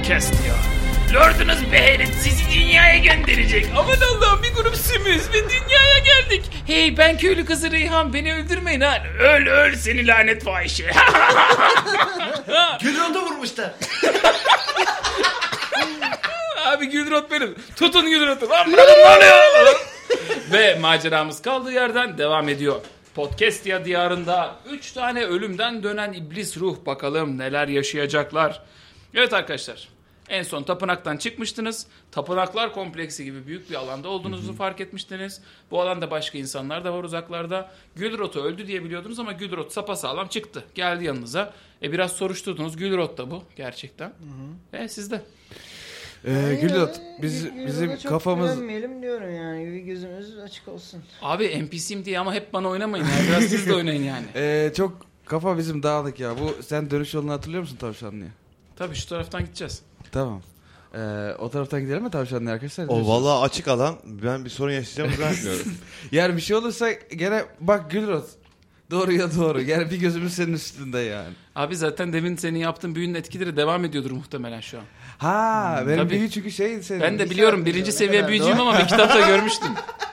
podcast diyor. Lordunuz Beherit sizi dünyaya gönderecek. Aman Allah'ım bir grup sümüz ve dünyaya geldik. Hey ben köylü kızı Reyhan, beni öldürmeyin ha. Öl seni lanet fahişe. Gülrot'u vurmuşlar. Abi Gülrot benim. Tutun Gülrot'u. Lan bırakın ne oluyor? Ve maceramız kaldığı yerden devam ediyor. Podcastia diyarında 3 tane ölümden dönen iblis ruh, bakalım neler yaşayacaklar. Evet arkadaşlar, en son tapınaktan çıkmıştınız. Tapınaklar kompleksi gibi büyük bir alanda olduğunuzu fark etmiştiniz. Bu alanda başka insanlar da var uzaklarda. Gülrot'u öldü diye biliyordunuz ama Gülrot sapasağlam çıktı. Geldi yanınıza. Biraz soruşturdunuz. Gülrot da bu gerçekten. Sizde. Gülrot bizim çok kafamız... güvenmeyelim diyorum yani. Bir gözümüz açık olsun. Abi NPC'yim diye ama hep bana oynamayın ya. Biraz siz de oynayın yani. Çok kafa bizim dağınık ya. Bu sen dönüş yolunu hatırlıyor musun Tavşanlı'ya? Tabii şu taraftan gideceğiz. Tamam. O taraftan gidelim mi Tavşanlı'ya arkadaşlar? O vallahi açık alan. Ben bir sorun yaşayacağımı zannetmiyorum. Yani bir şey olursa gene bak Gülrot. Doğruya doğru. Yani bir gözümüz senin üstünde yani. Abi zaten demin senin yaptığın büyünün etkileri devam ediyordur muhtemelen şu an. Ha, benim tabii. büyü çünkü şey senin. Ben de biliyorum birinci seviye büyücüyüm ama bir kitapta görmüştüm.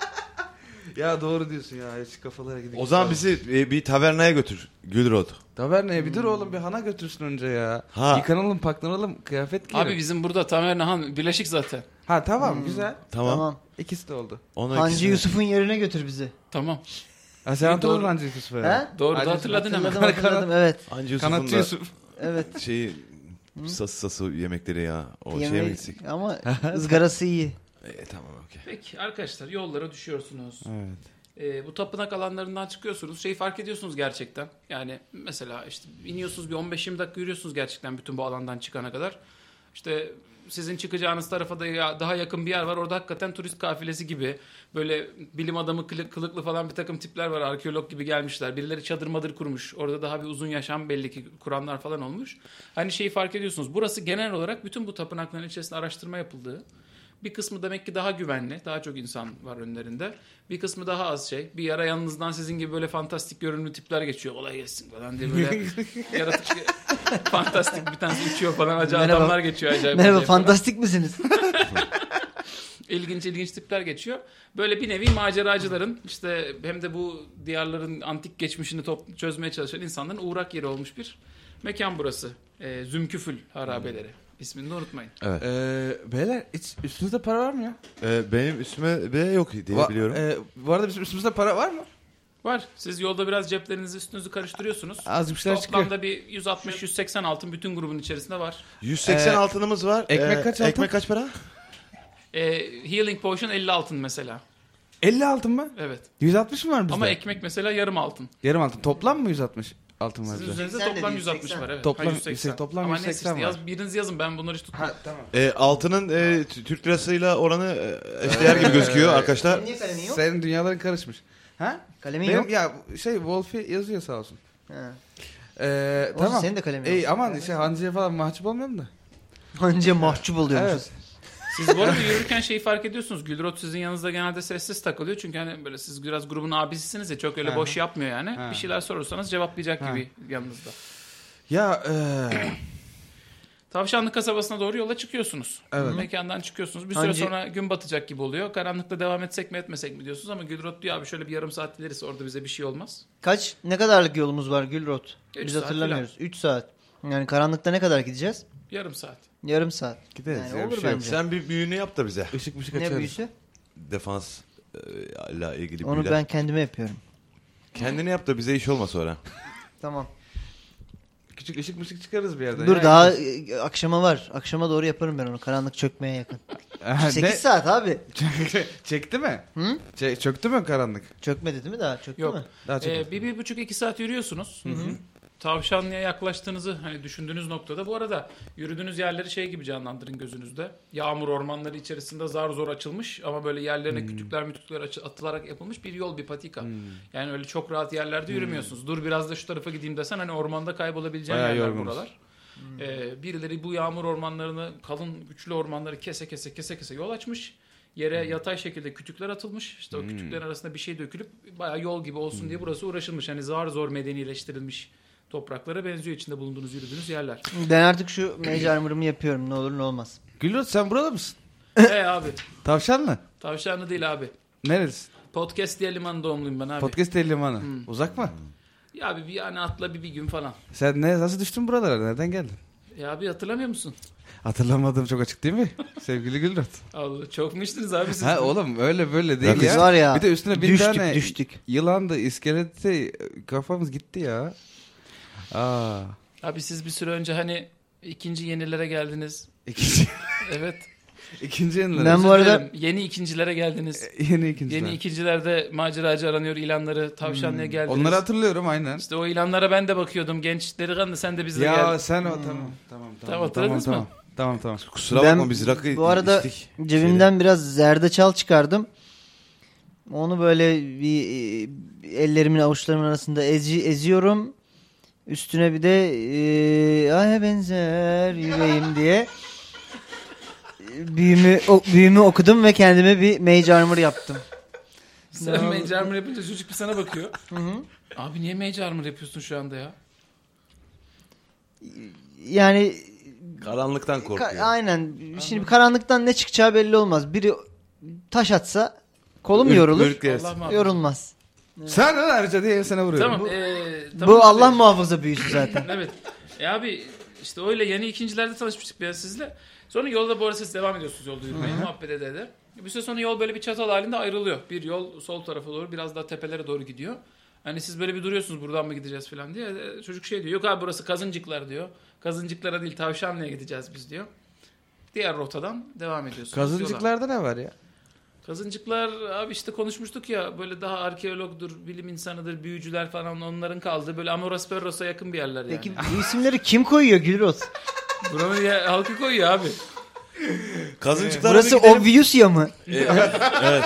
Ya doğru diyorsun ya. Hiç kafalara gidiyor. O zaman bizi bir tavernaya götür Gülrot. Taverneye bir dur oğlum, bir hana götürsün önce ya. Ha. Yıkanalım, paklanalım, kıyafet giyelim. Abi bizim burada Tamernahan birleşik zaten. Ha tamam, güzel. Tamam. İkisi de oldu. Ona Hancı ikisini- Yusuf'un yerine götür bizi. Tamam. Ha sen hatırladın doğru. Hancı Yusuf'u He? ya. Doğru Hancı da hatırladın hemen. Hatırladım evet. Hancı Yusuf'un Kanatçı da Yusuf. Evet. şeyi sası yemekleri ya. O şeye mi Yemeği- gitsek? Ama ızgarası iyi. Tamam okey. Peki arkadaşlar, yollara düşüyorsunuz. Evet. Bu tapınak alanlarından çıkıyorsunuz. Şeyi fark ediyorsunuz gerçekten. Yani mesela işte iniyorsunuz, bir 15-20 dakika yürüyorsunuz gerçekten bütün bu alandan çıkana kadar. İşte sizin çıkacağınız tarafa da daha yakın bir yer var. Orada hakikaten turist kafilesi gibi böyle bilim adamı kılıklı falan bir takım tipler var. Arkeolog gibi gelmişler. Birileri çadır madır kurmuş. Orada daha bir uzun yaşam belli ki kuranlar falan olmuş. Hani şeyi fark ediyorsunuz. Burası genel olarak bütün bu tapınakların içerisinde araştırma yapıldığı. Bir kısmı demek ki daha güvenli. Daha çok insan var önlerinde. Bir kısmı daha az şey. Bir ara yanınızdan sizin gibi böyle fantastik görünümlü tipler geçiyor. Olay gelsin falan diye böyle yaratıcı fantastik bir tanesi uçuyor falan. Acayip Merhaba. adamlar geçiyor. Acayip Merhaba, acayip falan. fantastik misiniz? İlginç tipler geçiyor. Böyle bir nevi maceracıların işte hem de bu diyarların antik geçmişini çözmeye çalışan insanların uğrak yeri olmuş bir mekan burası. Zümküfül harabeleri. İsmini de unutmayın. Evet. Beyler üstünüzde para var mı ya? Benim üstüme de yok diye biliyorum. Bu arada bizim üstümüzde para var mı? Var. Siz yolda biraz ceplerinizi üstünüzü karıştırıyorsunuz. Az bir şeyler çıkıyor. Toplamda bir 160-180 altın bütün grubun içerisinde var. 180 altınımız var. ekmek kaç altın? Ekmek kaç para? Healing Potion 50 altın mesela. 50 altın mı? Evet. 160 mı var bizde? Ama ekmek mesela yarım altın. Yarım altın. Toplam mı 160 altın var Sizin bizde? üzerinizde 80 toplam dedi, 160 180. var. Evet. Toplam- Ha, 180. toplam Ama 180 neyse var. işte biriniz yazın, ben bunları hiç tutmam. Ha tamam. Altının Türk lirasıyla oranı eşdeğer gibi gözüküyor arkadaşlar. Niye kalemi yok? Senin dünyaların karışmış. Ha? Kalemin Benim yok. ya Wolfie yazıyor sağ olsun. Ha. Tamam. senin de kalemin yok. Aman Hancı'ya falan mahcup olmuyorum da. Anca mahcup oluyormuşuz. Evet. Siz bu arada yürürken şeyi fark ediyorsunuz. Gülrot sizin yanınızda genelde sessiz takılıyor. Çünkü hani böyle siz biraz grubun abisisiniz ya, çok öyle Hı. boş yapmıyor yani. Hı. Bir şeyler sorursanız cevaplayacak Hı. gibi yanınızda. Ya Tavşanlı kasabasına doğru yola çıkıyorsunuz. Evet. Mekandan çıkıyorsunuz. Bir süre Hangi- sonra gün batacak gibi oluyor. Karanlıkta devam etsek mi etmesek mi diyorsunuz ama Gülrot diyor abi şöyle bir yarım saat ilerisi, orada bize bir şey olmaz. Ne kadarlık yolumuz var Gülrot? Üç Biz saat hatırlamıyoruz. 3 saat. Yani karanlıkta ne kadar gideceğiz? Yarım saat. Yarım saat. gideriz Yani ya, bir olur şey yok. bence. Sen bir büyüğünü yap da bize. Işık mışık Ne açarız. büyüsü? Defans ile ilgili Onu büyüler. ben kendime yapıyorum. Kendini yap da bize iş olma sonra. Tamam. Küçük ışık mışık çıkarız bir yerden. Dur ya. daha akşama var. Akşama doğru yaparım ben onu. Karanlık çökmeye yakın. Ne? 8 saat abi. Çekti mi? Hı? Çöktü mü karanlık? Çökmedi değil mi daha? Çöktü Yok. mü? Daha çöktü. 1,5-2 saat yürüyorsunuz. Tavşanlı'ya yaklaştığınızı hani düşündüğünüz noktada, bu arada yürüdüğünüz yerleri şey gibi canlandırın gözünüzde. Yağmur ormanları içerisinde zar zor açılmış ama böyle yerlerine kütükler atılarak yapılmış bir yol, bir patika. Yani öyle çok rahat yerlerde yürümüyorsunuz. Dur biraz da şu tarafa gideyim desen hani ormanda kaybolabileceğin Bayağı yerler yorgunuz. buralar. Birileri bu yağmur ormanlarını, kalın güçlü ormanları kese yol açmış. Yere yatay şekilde kütükler atılmış. İşte o kütüklerin arasında bir şey dökülüp bayağı yol gibi olsun diye burası uğraşılmış. Hani zar zor medenileştirilmiş topraklara benziyor içinde bulunduğunuz yürüdüğünüz yerler. Ben artık şu Mage Armor'ımı yapıyorum ne olur ne olmaz. Gülrot sen burada mısın? Abi Tavşan mı? tavşanlı değil abi. Neresi? Podcast diye liman doğumluyum ben abi. Podcast değil limanı. Uzak mı? Ya abi bir yani atla bir gün falan. Sen nasıl düştün buralara? Nereden geldin? Ya abi hatırlamıyor musun? Hatırlamadığım çok açık değil mi? Sevgili Gülrot. Allah çok mu içtiniz abi siz? Ha oğlum öyle böyle değil Biz ya. var ya, Bir de üstüne bir düştük tane düştük. yılandı, iskeleti kafamız gitti ya. Aa. Abi siz bir süre önce hani ikinci yenilere geldiniz. İkinci, Evet. ikinci yeniler. Ben bu arada- Özür dilerim. Yeni ikincilere geldiniz. Yeni ikinciler. Yeni ikincilerde maceracı aranıyor ilanları tavşanlıya geldiniz. Onları hatırlıyorum aynen. İşte o ilanlara ben de bakıyordum. Genç delikanlı sen de bizle Ya gel. sen o tamam. Tamam, hatırladınız mı? Tamam. Kusura Ben bakma biz rakı bu arada içtik. cebimden biraz zerdeçal çıkardım. Onu böyle bir ellerimin avuçlarımın arasında eziyorum. Üstüne bir de aya benzer yüreğim diye büyümü okudum ve kendime bir Mage Armor yaptım. Sen Mage Armor yapınca çocuk bir sana bakıyor. Hı hı. Abi niye Mage Armor yapıyorsun şu anda ya? Yani Karanlıktan korkuyor. aynen. Şimdi karanlıktan ne çıkacağı belli olmaz. Biri taş atsa kolum yorulur. Ürkleriz. Allah muhafaza. Yorulmaz. Sen lan ayrıca diye sana vuruyorum. Tamam. Bu abi. Allah muhafaza büyüsü zaten. Evet. Abi işte öyle yeni ikincilerde tanışmıştık biraz sizle. Sonra yolda bu arada siz devam ediyorsunuz yolda yürümeye, muhabbet ede. Bir süre sonra yol böyle bir çatal halinde ayrılıyor. Bir yol sol tarafa doğru biraz daha tepelere doğru gidiyor. Hani siz böyle bir duruyorsunuz buradan mı gideceğiz falan diye. Çocuk şey diyor, yok abi burası Kazıncıklar diyor. Kazıncıklara değil Tavşanlı'ya gideceğiz biz diyor. Diğer rotadan devam ediyorsunuz. yola. Kazıncıklarda ne var ya? Kazıncıklar abi işte konuşmuştuk ya böyle daha arkeologdur, bilim insanıdır, büyücüler falan onların kaldığı böyle Amorosperos'a yakın bir yerler yani. Peki bu isimleri kim koyuyor Gülroz? Buranın halkı koyuyor abi. Kazıncıklara Burası bir gidelim. obvious ya mı? Evet.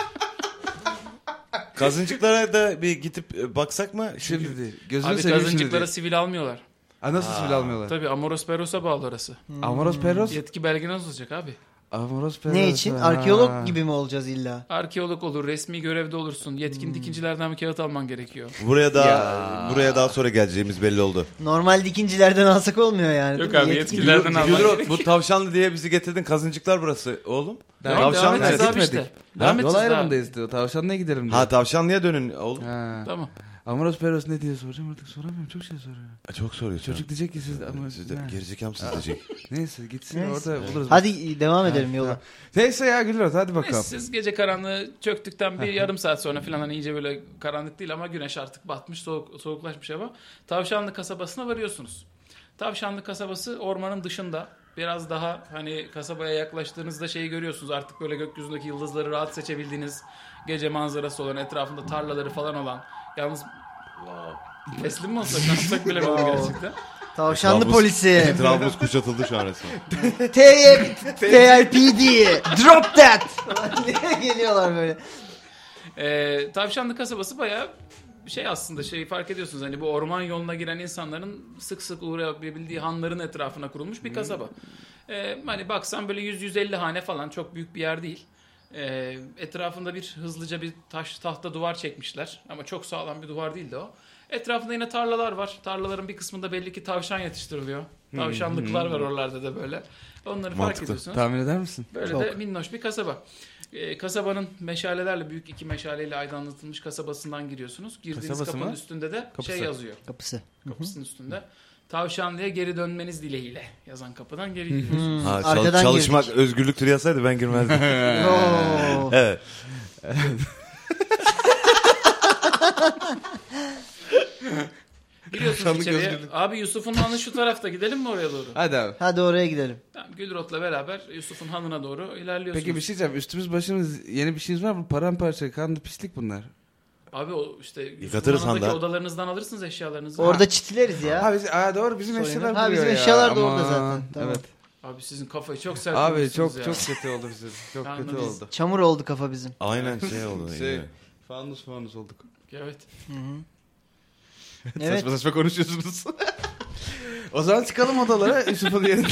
Kazıncıklara da bir gidip baksak mı? Şimdi değil. Gözünü Abi seveyim şimdi kazıncıklara değil. sivil almıyorlar. Nasıl sivil almıyorlar? Tabii Amorosperos'a bağlı orası. Amoros Perros? Yetki belgeniz olacak abi. Amoros Perros. Ne için? Ha. Arkeolog gibi mi olacağız illa? Arkeolog olur, resmi görevde olursun. Yetkin dikincilerden bir kağıt alman gerekiyor. Buraya daha sonra geleceğimiz belli oldu. Normal dikincilerden alsak olmuyor yani. Yok değil mi? abi, Yetkin- yetkililerden alman Gülrot, gerekiyor. bu tavşanlı diye bizi getirdin. Kazıncıklar burası oğlum. Devam Tavşanlı edeceğiz neresi? abi işte. Gitmedik. Devam Yol edeceğiz daha. ayrımındayız diyor. Tavşanlı'ya gidelim diyor. Ha tavşanlıya dönün oğlum. Ha. Tamam. Amoros Perros ne diye soracağım artık soramıyorum. Çok şey soruyor. Çok soruyorsun. Çocuk diyecek ki siz ama Siz de Ha. gerizekalı mısınız diyecek. Neyse gitsin Neyse. orada buluruz. Hadi devam edelim yola. Neyse ya Gülrot hadi Neyse, bakalım. siz gece karanlığı çöktükten bir yarım saat sonra falan hani iyice böyle karanlık değil ama güneş artık batmış, soğuklaşmış hava. Tavşanlı kasabasına varıyorsunuz. Tavşanlı kasabası ormanın dışında. Biraz daha hani kasabaya yaklaştığınızda şeyi görüyorsunuz. Artık böyle gökyüzündeki yıldızları rahat seçebildiğiniz gece manzarası olan, etrafında tarlaları falan olan. Yalnız teslim mi olsak, ne yapsak bilemedim gerçekten. Tavşanlı Etrafımız- polisi. Etrafımız kuşatıldı şu an resmen. TRPD. Drop that. Diye geliyorlar böyle. Tavşanlı kasabası bayağı şey aslında şeyi fark ediyorsunuz hani bu orman yoluna giren insanların sık sık uğrayabildiği hanların etrafına kurulmuş bir kasaba. Hani baksan böyle 100-150 hane falan çok büyük bir yer değil. Etrafında bir hızlıca bir taş tahta duvar çekmişler ama çok sağlam bir duvar değildi o. Etrafında yine tarlalar var. Tarlaların bir kısmında belli ki tavşan yetiştiriliyor. Tavşanlıklar var oralarda da böyle. Onları fark Mantıklı. ediyorsunuz. Tahmin eder misin? Böyle de minnoş bir kasaba. Kasabanın meşalelerle büyük 2 meşaleyle aydınlatılmış kasabasından giriyorsunuz. Girdiğiniz Kasabası kapının mı? üstünde de Kapısı. şey yazıyor. Kapısı. Kapısının üstünde. Tavşanlı'ya geri dönmeniz dileğiyle yazan kapıdan geri gidiyorsunuz. Ha, Arkadan çalışmak girdik. özgürlüktür yazsaydı ben girmezdim. Oo. Evet. Giriyorsunuz Tavşanlık içeriye. özgürlük. Abi Yusuf'un hanı şu tarafta, gidelim mi oraya doğru? Hadi abi. Hadi oraya gidelim. Tamam, Gülrot'la beraber Yusuf'un hanına doğru ilerliyorsunuz. Peki bir şey diyeceğim. Üstümüz başımız yeni bir şeyimiz var mı? Paramparça kanlı pislik bunlar. Abi o işte Yusuf'un Yıkatırız hanındaki handa. odalarınızdan alırsınız eşyalarınızı. Orada çitileriz ya. Ha, doğru bizim Sorun eşyalar yok. Ha, duruyor bizim ya. eşyalar da orada Aman. zaten. Tamam. Evet. Abi sizin kafayı çok sert Abi vurmuşsunuz çok ya. çok kötü oldu bizim. Çok Yani kötü biz- oldu. Çamur oldu kafa bizim. Aynen şey oldu. Şey, yine. fanus olduk. Evet. Evet. Saçma saçma konuşuyorsunuz. O zaman çıkalım odalara Yusuf'un yerine.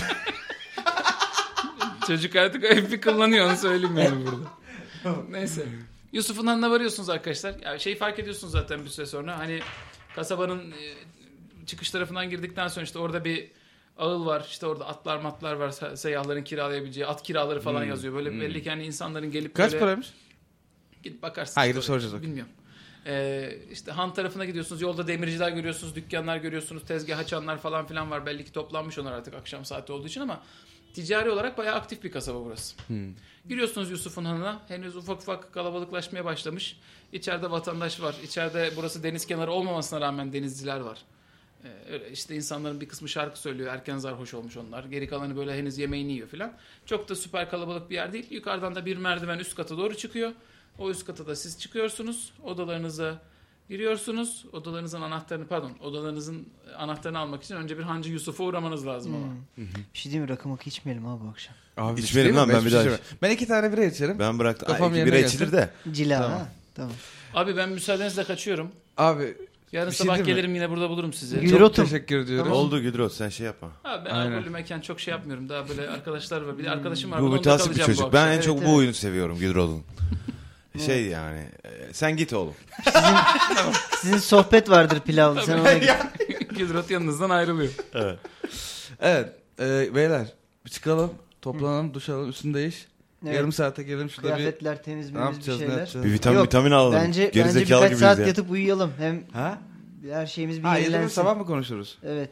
Çocuk artık hep bir kullanıyor onu söyleyeyim yani burada. Neyse. Yusuf'un hanına varıyorsunuz arkadaşlar. Ya şeyi fark ediyorsunuz zaten bir süre sonra. Hani kasabanın çıkış tarafından girdikten sonra işte orada bir ağıl var. İşte orada atlar matlar var. Seyyahların kiralayabileceği at kiraları falan yazıyor. Böyle belli ki hani insanların gelip Kaç böyle... paraymış? Gidip bakarsın. Ha, gidip soracağız, okey. Bilmiyorum. İşte han tarafına gidiyorsunuz. Yolda demirciler görüyorsunuz. Dükkanlar görüyorsunuz. Tezgah açanlar falan filan var. Belli ki toplanmış onlar artık akşam saati olduğu için ama ticari olarak bayağı aktif bir kasaba burası. Giriyorsunuz Yusuf'un hanına. Henüz ufak ufak kalabalıklaşmaya başlamış. İçeride vatandaş var. İçeride burası deniz kenarı olmamasına rağmen denizciler var. İşte insanların bir kısmı şarkı söylüyor. Erken sarhoş olmuş onlar. Geri kalanı böyle henüz yemeğini yiyor filan. Çok da süper kalabalık bir yer değil. Yukarıdan da bir merdiven üst kata doğru çıkıyor. O üst kata da siz çıkıyorsunuz. Odalarınıza giriyorsunuz. Odalarınızın anahtarını almak için önce bir Hancı Yusuf'a uğramanız lazım ama. Bir şey diyeyim mi? Rakı makı içmeyelim abi bu akşam. Abi İçmeyelim lan, ben bir daha. Ben 2 tane bira içerim. Ben bıraktım. Kafam İki yerine bira gelsin. içilir de. Cila Tamam. ha. Tamam. Abi ben müsaadenizle kaçıyorum. Abi Yarın Bir şey sabah değil mi? gelirim yine burada bulurum sizi. Yürü. çok Yürütüm. teşekkür ediyorum. Oldu Güdrot, sen şey yapma. Abi ben Aynen. alkollü mekan çok şey yapmıyorum. Daha böyle arkadaşlar var. Bir de arkadaşım var. Bu ben onda mütasip bir kalacağım bu çocuk. Ben akşam. en çok Evet, bu oyunu seviyorum Güdrot'un. Şey yani, sen git oğlum. Sizin sohbet vardır pilavlı. Sen ona git. Gidrot yanınızdan ayrılıyor. Evet. Evet. Beyler bir çıkalım. Toplanalım. Duş alalım. Üstünü değiş. Evet. Yarım saate gelelim şurada bir. Kıyafetler temiz Ne bir yapacağız? Ne şeyler. yapacağız? Bir vitamin, Yok, vitamin alalım. Bence Gerizekalı birkaç gibiyiz saat ya. yatıp uyuyalım. Hem Ha? her şeyimiz bir Ha, yarın yenilensin. sabah mı konuşuruz? Evet.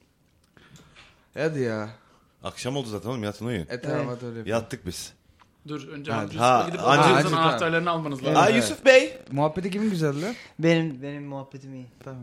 Hadi ya. Akşam oldu zaten oğlum, yatın uyuyun. Tamam Evet. hadi öyle yapalım. Yattık biz. Dur önce Ha, Hancı ha, Yusuf'a gidip Hancı odanızın Yusuf, anahtarlarını almanız lazım. Evet. Aa Yusuf Bey. Muhabbeti kimin güzeldi? Benim muhabbetim iyi. Tamam.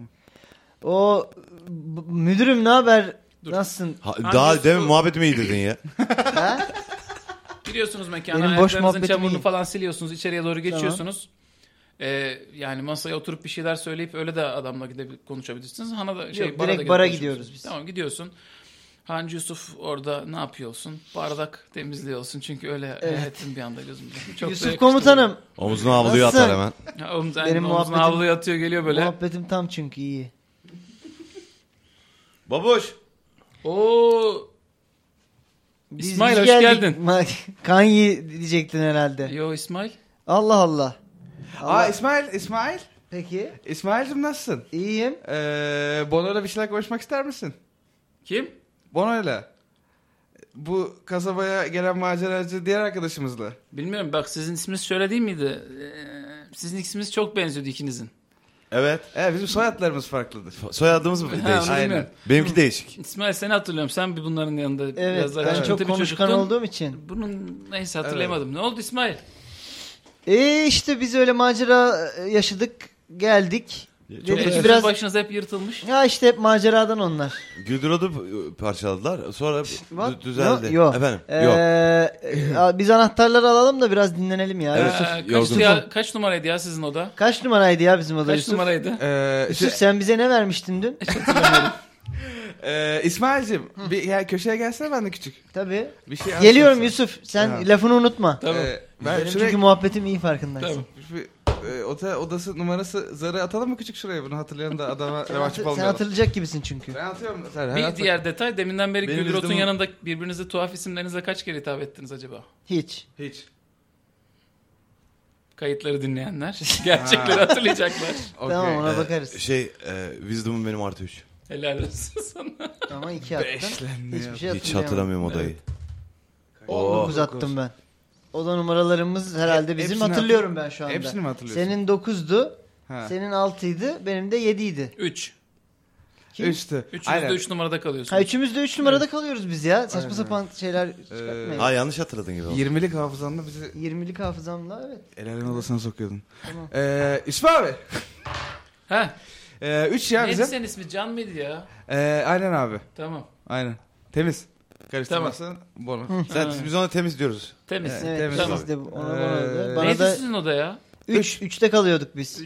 O müdürüm ne haber? Dur. Nasılsın? Daha Yusuf'u- demin muhabbetimi iyi dedin ya. Ha? Giriyorsunuz mekana, Benim boş ayaklarınızın muhabbetim çamurunu iyi. falan siliyorsunuz, içeriye doğru geçiyorsunuz. Yani masaya oturup bir şeyler söyleyip öyle de adamla gidip konuşabilirsiniz. Hana da Yok, bara da direkt gidip bara konuşursunuz. gidiyoruz biz. Tamam gidiyorsun. Hancı Yusuf orada ne yapıyorsun? Bardak temizliyorsun çünkü öyle Evet. ettim bir anda gözümde. Çok da Yusuf yakıştı komutanım. Omuzuna havluyu Nasılsın? atar hemen. böyle. Ya, omzuna Benim muhabbetim- havluya atıyor geliyor böyle. Muhabbetim tam çünkü iyi. Babuş. Oo. Biz İsmail hoş geldik. geldin. Kanyi diyecektin herhalde. Yo İsmail. Allah Allah. Aa İsmail. Peki. İsmail'cim nasılsın? İyiyim. Bono'yla bir şeyler konuşmak ister misin? Kim? Bono'yla. Bu kasabaya gelen maceracı diğer arkadaşımızla. Bilmiyorum bak sizin isminiz şöyle değil miydi? Sizin isminiz çok benziyordu ikinizin. Evet. Bizim soyadlarımız farklıdır. Soyadımız mı Ha, değişik? onu bilmiyorum. Benimki değişik. İsmail seni hatırlıyorum. Sen bir bunların yanında Evet. biraz daha Ben çıkıntı çok bir konuşkan çocuktun. olduğum için. Bunun neyse hatırlayamadım. Ne oldu İsmail? İşte biz öyle macera yaşadık. Geldik. Çok Dedik ki Biraz biraz... başınız hep yırtılmış. Ya işte hep maceradan onlar. Güldürot'u parçaladılar. Sonra What? düzeldi. Yok. Efendim? Yok. Biz anahtarları alalım da biraz dinlenelim ya. Evet. Yusuf. Kaç numaraydı ya sizin oda? Kaç numaraydı ya bizim oda Kaç Yusuf? numaraydı? Yusuf sen bize ne vermiştin dün? İsmail'cim bir köşeye gelsene ben de küçük. Tabii. Bir şey Geliyorum anlatsana. Yusuf. Sen Ha. lafını unutma. Tamam. Ben Benim şuraya çünkü muhabbetim iyi farkındaysın. Tamam. otel odası numarası zarı atalım mı küçük şuraya? Bunu hatırlayan da adama revahçıp Sen olmayalım. hatırlayacak gibisin çünkü. Ben atıyorum. Sen, Bir diğer detay deminden beri Benim Gülrot'un izlemim- yanında birbirinize tuhaf isimlerinizle kaç kere hitap ettiniz acaba? Hiç. Hiç. Kayıtları dinleyenler gerçekleri hatırlayacaklar. Okay. Tamam ona bakarız. Wisdom'um benim artı 3. Helal olsun sana. Ama 2 attım. Beşlendi Hiçbir ya. şey Hiç hatırlayamam. hatırlamıyorum odayı. 19 attım ben. Oda numaralarımız herhalde bizim. Hepsini Hatırlıyorum ben şu anda. Hepsini mi hatırlıyorsun? Senin 9'du. Ha. Senin 6'ydı. Benim de 7'ydi. 3. Üçtü. Üçünüz de 3 numarada kalıyorsunuz. Ha üçümüz de 3 numarada kalıyoruz biz ya. Saçma Aynen. sapan şeyler çıkartmayın. Ha yanlış hatırladın gibi oldu. 20'lik hafızanla bizi 20'lik hafızamla evet. Elal'in odasına sokuyordun. Tamam. İsmail abi. Ha. 3 ya Neydi bizim. senin ismi? Can mıydı ya? Aynen abi. Tamam. Aynen. Temiz. Karıştırmasın. Bono. Biz ona temiz diyoruz. Temiz. Evet. Evet Temiz biz abi. de ona bana Neydi da sizin oda ya? 3'te kalıyorduk biz.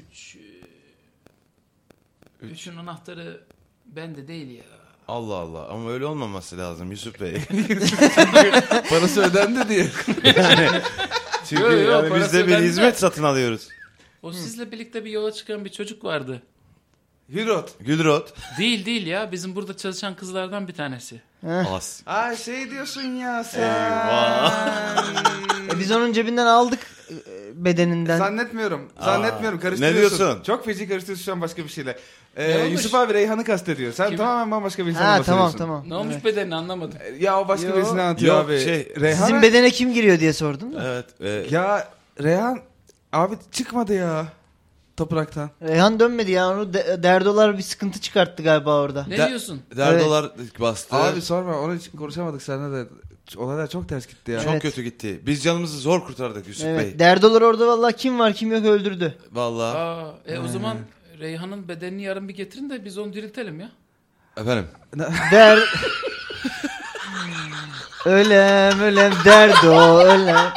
3'ün anahtarı bende değil ya. Allah Allah, ama öyle olmaması lazım Yusuf Bey. Parası ödendi diye. Çünkü Yo, yo, yani biz parası de bir ödendi. hizmet satın alıyoruz. O sizle birlikte bir yola çıkan bir çocuk vardı. Hürot. Güldürot. Değil ya. Bizim burada çalışan kızlardan bir tanesi. As. Şey diyorsun ya sen. Eyvah. Biz onun cebinden aldık. bedeninden. Zannetmiyorum. Aa, Zannetmiyorum. Karıştırıyorsun. ne diyorsun? Çok feci karıştırıyorsun şu an başka bir şeyle. olmuş? Yusuf abi Reyhan'ı kastediyor. Sen Kim? tamamen bambaşka bir insana Ha bahsediyorsun. tamam. Ne olmuş Evet. bedenini anlamadım. Ya o başka Yo. birisini anlatıyor Yok, abi. şey, Reyhan. Sizin bedene kim giriyor diye sordum da. Evet. Ya Reyhan abi çıkmadı ya. Topraktan. Reyhan dönmedi ya, onu derdolar bir sıkıntı çıkarttı galiba orada. Ne Da- diyorsun? Derdolar bastı. Abi sorma onu hiç konuşamadık seninle de. Olaylar çok ters gitti ya. Çok Evet. kötü gitti. Biz canımızı zor kurtardık Yusuf Bey. Evet, derdolar orada vallahi kim var kim yok öldürdü. Vallahi. O zaman Reyhan'ın bedenini yarın bir getirin de biz onu diriltelim ya. Efendim. Der ölem derdo ölem.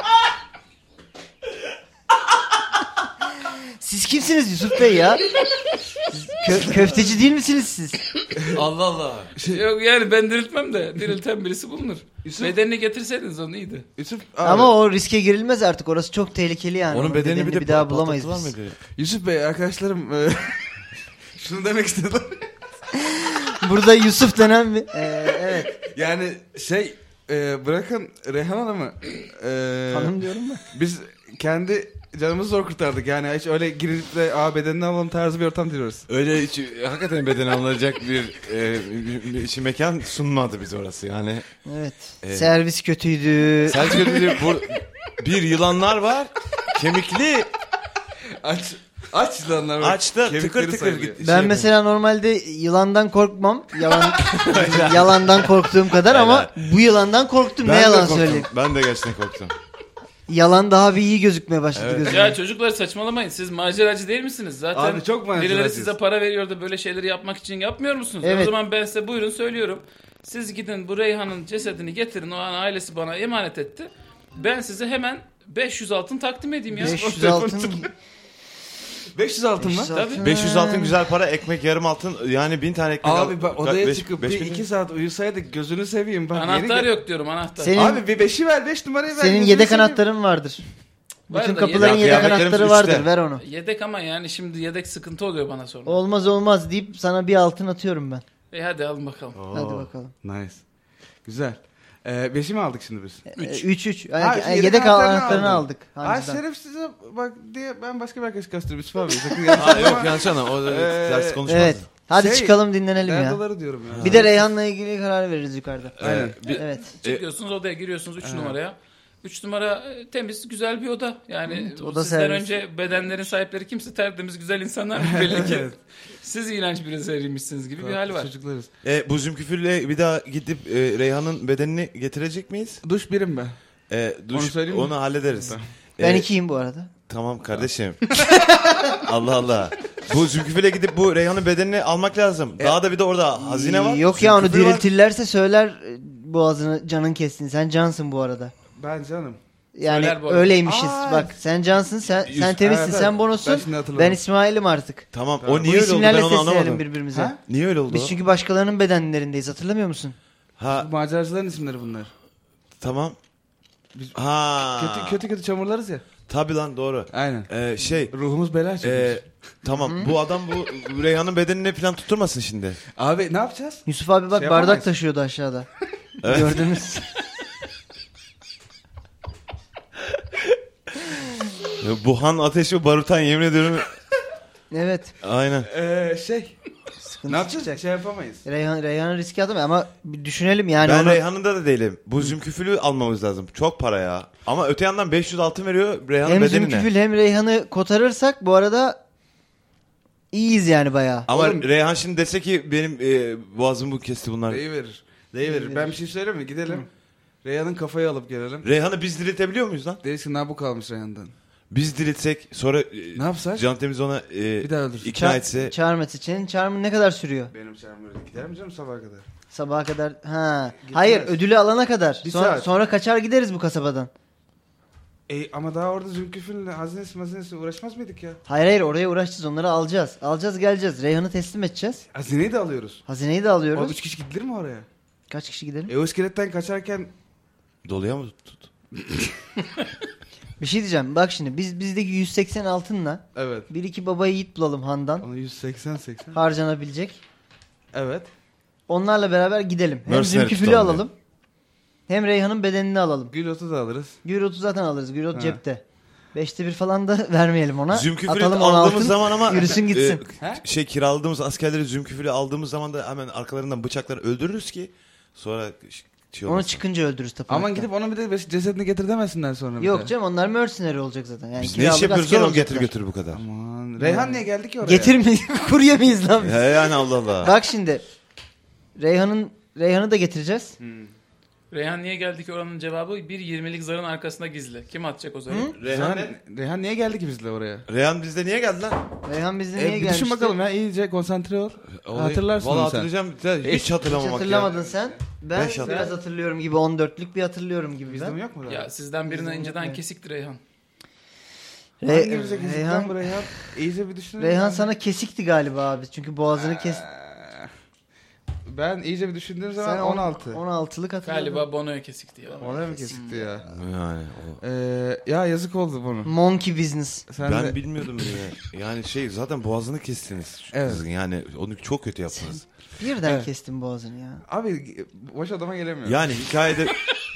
Siz kimsiniz Yusuf Bey ya? Siz köfteci değil misiniz siz? Allah Allah. Yok yani ben diriltmem de dirilten birisi bulunur. Yusuf- Bedenini getirseydiniz onu iyiydi. Yusuf abi. Ama o riske girilmez artık, orası çok tehlikeli yani. Onun bedenini bir de daha bulamayız patlattılar biz. mıydı? Yusuf Bey arkadaşlarım şunu demek istedim. Burada Yusuf denen bir... evet. Yani bırakın Reyhan Hanım'ı. Hanım diyorum da. Biz kendi canımızı zor kurtardık. Yani hiç öyle girip de bedenini alalım tarzı bir ortam diliyoruz. Öyle hiç hakikaten bedeni alınacak bir mekan sunmadı bize orası yani. Evet. Evet. Servis kötüydü. Sadece bir yılanlar var. Kemikli. Aç yılanlar. bak. Açta tıkır Kemikleri tıkır sayılıyor. gitti. Ben mesela normalde yılandan korkmam. Yalandan korktuğum kadar ama bu yılandan korktum. Ne Ben de yalan korktum. söyleyeyim. Ben de gerçekten korktum. Yalan daha bir iyi gözükmeye başladı Evet. gözüme. Ya çocuklar saçmalamayın. Siz maceracı değil misiniz? Zaten Abi çok maceracıyız. birileri size para veriyor da böyle şeyleri yapmak için yapmıyor musunuz? Evet. O zaman ben size buyurun söylüyorum. Siz gidin bu Reyhan'ın cesedini getirin. O an ailesi bana emanet etti. Ben size hemen 500 altın takdim edeyim ya. 500 altın. 500 altın mı? 500 altın. 500 altın güzel para, ekmek yarım altın, yani 1000 tane ekmek Abi bak odaya çıkıp bir 5000 2 saat uyusaydık gözünü seveyim. Bak, Anahtar yeni- yok diyorum anahtar. Senin, Abi bir 5'i ver 5 numarayı ver. senin gözünü yedek seveyim. anahtarın vardır. Var Bütün da kapıların yedek- yedek kıyafetlerimiz anahtarı vardır. üçte. Ver onu. Yedek ama yani şimdi yedek sıkıntı oluyor bana sonra. Olmaz deyip sana bir altın atıyorum ben. Hadi alın bakalım. Hadi bakalım. Nice. Güzel. 5'i mi aldık şimdi biz? 3. Ha, Yani yedek yedek anahtarını anahtarını aldın. aldık. Ay Hancı'dan. şerefsize bak diye ben başka bir arkadaş kastırıyorum Yusuf abi. Sakın yanlış Ha yok anlama. yanlış anlama. O ders konuşmaz. Evet. Hadi Şey, çıkalım dinlenelim ya. Nerdoları diyorum ya. Bir de Reyhan'la ilgili karar veririz yukarıda. Aynen. Evet. Çıkıyorsunuz odaya giriyorsunuz 3 numaraya. 3 numara temiz güzel bir oda. Yani oda sizden servis. önce bedenlerin sahipleri kimse tertemiz güzel insanlar belli ki. Siz iğrenç bir seriymişsiniz gibi bir hal var. Çocuklarız. Bu zümküfürle bir daha gidip Reyhan'ın bedenini getirecek miyiz? Duş birim ben. Duş, Onu söyleyeyim mi? onu hallederiz. Ben E, 2'yim bu arada. Tamam kardeşim. Allah Allah. Bu zümküfürle gidip bu Reyhan'ın bedenini almak lazım. Daha da bir de orada hazine var. Yok ya, onu Zümküfür var. diriltirlerse söyler boğazını, canın kestin. Sen cansın bu arada. Ben canım. Yani Söyler bu arada. öyleymişiz. Aa. Bak sen cansın, sen temizsin, Evet, sen evet. bonosun. Ben şimdi hatırladım. Ben İsmail'im artık. Tamam. Tamam. O Bu niye öyle oldu ben isimlerle onu seslenelim anlamadım. birbirimize. Ha? Niye öyle oldu? Biz çünkü başkalarının bedenlerindeyiz, hatırlamıyor musun? Ha Bu maceracıların isimleri bunlar. tamam. Biz- Ha. Kötü çamurlarız ya. Tabii lan doğru. Aynen. Şey. Ruhumuz bela çekmiş. Tamam. Bu adam bu Reyhan'ın bedenini falan tutturmasın şimdi. Abi ne yapacağız? Yusuf abi bak Şey bardak yapamayız. taşıyordu aşağıda. Evet. Gördünüz. Buhan ateşi barutan yemin ediyorum. Evet. Aynen. Sıkıntı Ne yapacağız? çıkacak. Şey yapamayız. Reyhan'ı riske atamayız ama bir düşünelim yani. Ben onu... Reyhan'ında da değilim. Bu zümküfülü almamız lazım. Çok para ya. Ama öte yandan 500 altın veriyor Reyhan'ın Hem bedenine. Zümküfül hem Reyhan'ı kotarırsak bu arada iyiyiz yani bayağı. Ama Oğlum- Reyhan şimdi dese ki benim boğazımı bu kesti bunlar. Deyiverir. Deyiverir. Ben bir şey söyleyeyim mi? Gidelim. Reyhan'ın kafayı alıp gelelim. Reyhan'ı biz diriltebiliyor muyuz lan? Deriz ki nabu kalmış Reyhan'dan. Biz diriltsek sonra Ne yapsak? Can Temiz ona Bir daha öldürsün. ikna etse. Çağırması için. Çağırma ne kadar sürüyor? Benim çağım böyle gider mi canım sabaha kadar? Sabaha kadar. Ha. Hayır, ödülü alana kadar. Bir Sonra, saat. sonra kaçar gideriz bu kasabadan. Ama daha orada Zülküf'ün hazinesi uğraşmaz mıydık ya? Hayır oraya uğraşacağız, onları alacağız. Alacağız geleceğiz. Reyhan'ı teslim edeceğiz. Hazineyi de alıyoruz. Hazineyi de O alıyoruz. 3 kişi gidilir mi oraya? Kaç kişi gidelim? O iskeletten kaçarken Doluya mı tut? Bir şey diyeceğim. Bak şimdi bizdeki 180 altınla evet. bir iki baba yiğit bulalım Han'dan. Onu 180. Harcanabilecek. Evet. Onlarla beraber gidelim. Hem Mercenary Zümküfül'ü tutalım alalım. Hem Reyhan'ın bedenini alalım. Gül otu da alırız. Gürot'u zaten alırız. Gürot Ha. cepte. 5'te 1 falan da vermeyelim ona. Zümküfülü Atalım aldığımız 16'ın, zaman ama yürüsün gitsin. kiraladığımız askerleri zümküfülü aldığımız zaman da hemen arkalarından bıçaklar öldürürüz ki sonra Onu olmasın. çıkınca öldürürüz tapınakta. Aman gidip onun bir de cesedini getir demesinler sonra. bir Yok de. canım, onlar mercenary olacak zaten. Yani Biz ne iş kiralık yapıyoruz asker oğlum getir olacaklar. götür bu kadar. Aman. Reyhan niye geldi ki oraya? Getir mi? Kurye miyiz lan biz? He yani Allah Allah. Bak şimdi. Reyhan'ı da getireceğiz. Reyhan niye geldi ki oranın cevabı bir 20'lik zarın arkasında gizli. Kim atacak o zarı? Reyhan niye geldi ki bizle oraya? Reyhan bizde niye geldi lan? Reyhan bizde niye Bir gelmişti? düşün bakalım ya, iyice konsantre ol. Hatırlarsın Valla onu sen. hatırlayacağım. Hiç Hiç hatırlamamak hatırlamadın ya. sen. Ben Beş biraz hatırlıyorum gibi, 14'lük bir hatırlıyorum gibi Bizde ben. mi yok mu? daha? Ya sizden birine Bizden inceden yok. kesikti Reyhan. Hangimize kesikten Reyhan, bu Reyhan? İyice bir düşünün. Reyhan sana kesikti galiba abi. Çünkü boğazını kes. Ben iyice bir düşündüğüm zaman Sen 16. 16'lık hatırladın. Galiba Bono'ya kesikti ya. Ona mı kesikti ya? Yani o. Ya yazık oldu bunu. Monkey business. Sen Ben de... bilmiyordum bile. Yani zaten boğazını kestiniz. Evet. Kızın. Yani onu çok kötü yaptınız. Birden Evet. kestim boğazını ya. Abi boş adama gelemiyor. Yani hikayede